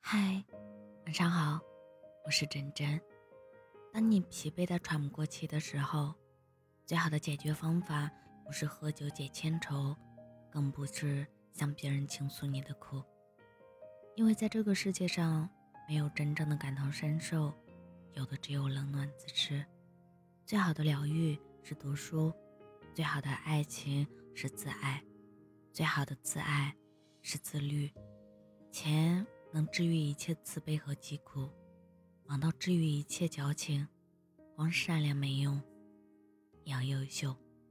嗨，晚上好，我是真真。当你疲惫的喘不过气的时候，最好的解决方法不是喝酒解千愁，更不是向别人倾诉你的苦。因为在这个世界上，没有真正的感同身受，有的只有冷暖自知。最好的疗愈是读书，最好的爱情是自爱，最好的自爱是自律。钱能治愈一切自卑和疾苦，忙到治愈一切矫情，光善良没用，也要优秀。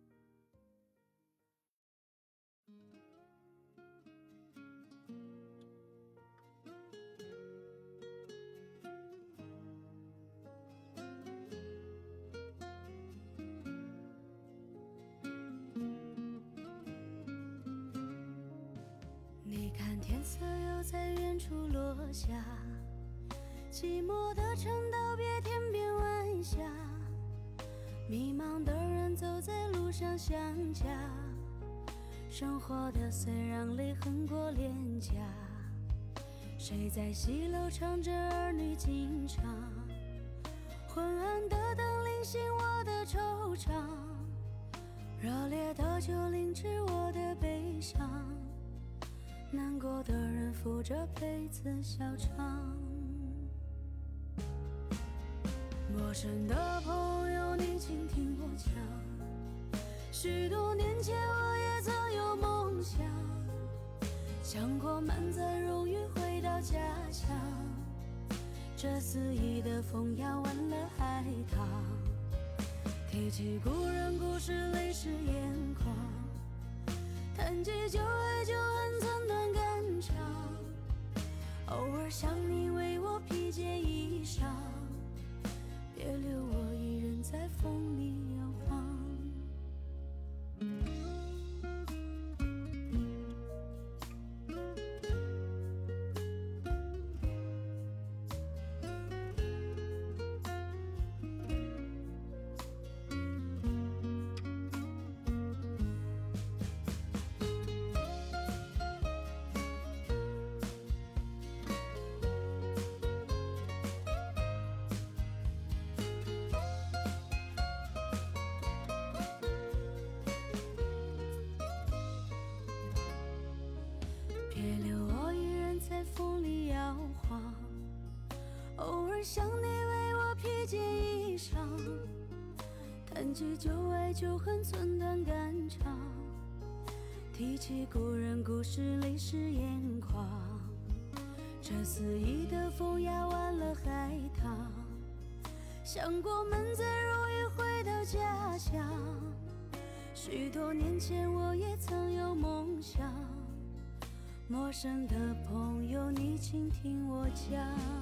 你看天色又在远处落下，寂寞的城道别天边晚霞，迷茫的人走在路上想家，生活的碎让泪横过脸颊，谁在西楼唱着儿女情长，昏暗的灯临醒我的惆怅，热烈的酒淋湿我的悲伤，难过的人扶着被子笑场。陌生的朋友，你倾听我讲，许多年前我也曾有梦想，想过满载荣誉回到家乡，这肆意的风压弯了海棠，提起故人故事泪湿眼眶，谈起旧爱旧恨寸断肝肠，偶尔想你为我披件衣裳，别留我一人在风里摇晃。别留我一人在风里摇晃，偶尔想你为我披件衣裳，谈起旧爱旧恨寸断肝肠，提起故人故事泪湿眼眶，这肆意的风压弯了海棠，想过满载荣誉回到家乡，许多年前我也曾有梦想，陌生的朋友，你倾听我讲，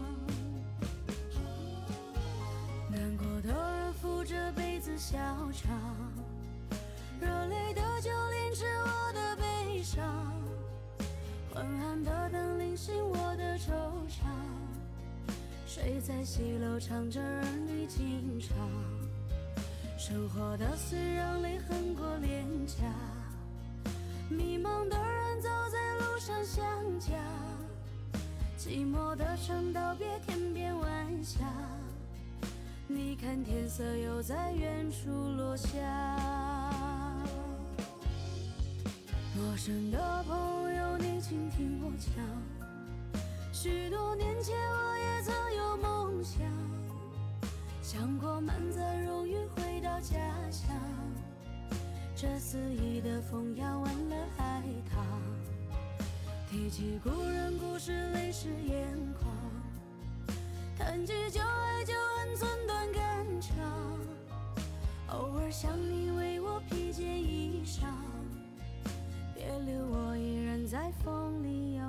难过的人扶着被子笑场，热泪的酒淋湿我的悲伤，昏暗的灯淋醒我的惆怅，谁在西楼唱着儿女情长，生活的碎让泪横过脸颊，迷茫的人走在路上想家，寂寞的城道别天边晚霞，你看天色又在远处落下。陌生的朋友，你倾听我讲，许多年前我也曾有梦想，想过满载荣誉回到家乡，这肆意的风压弯了海棠，提起故人故事泪湿眼眶，谈起旧爱旧恨寸断肝肠，偶尔想你为我披件衣裳，别留我一人在风里摇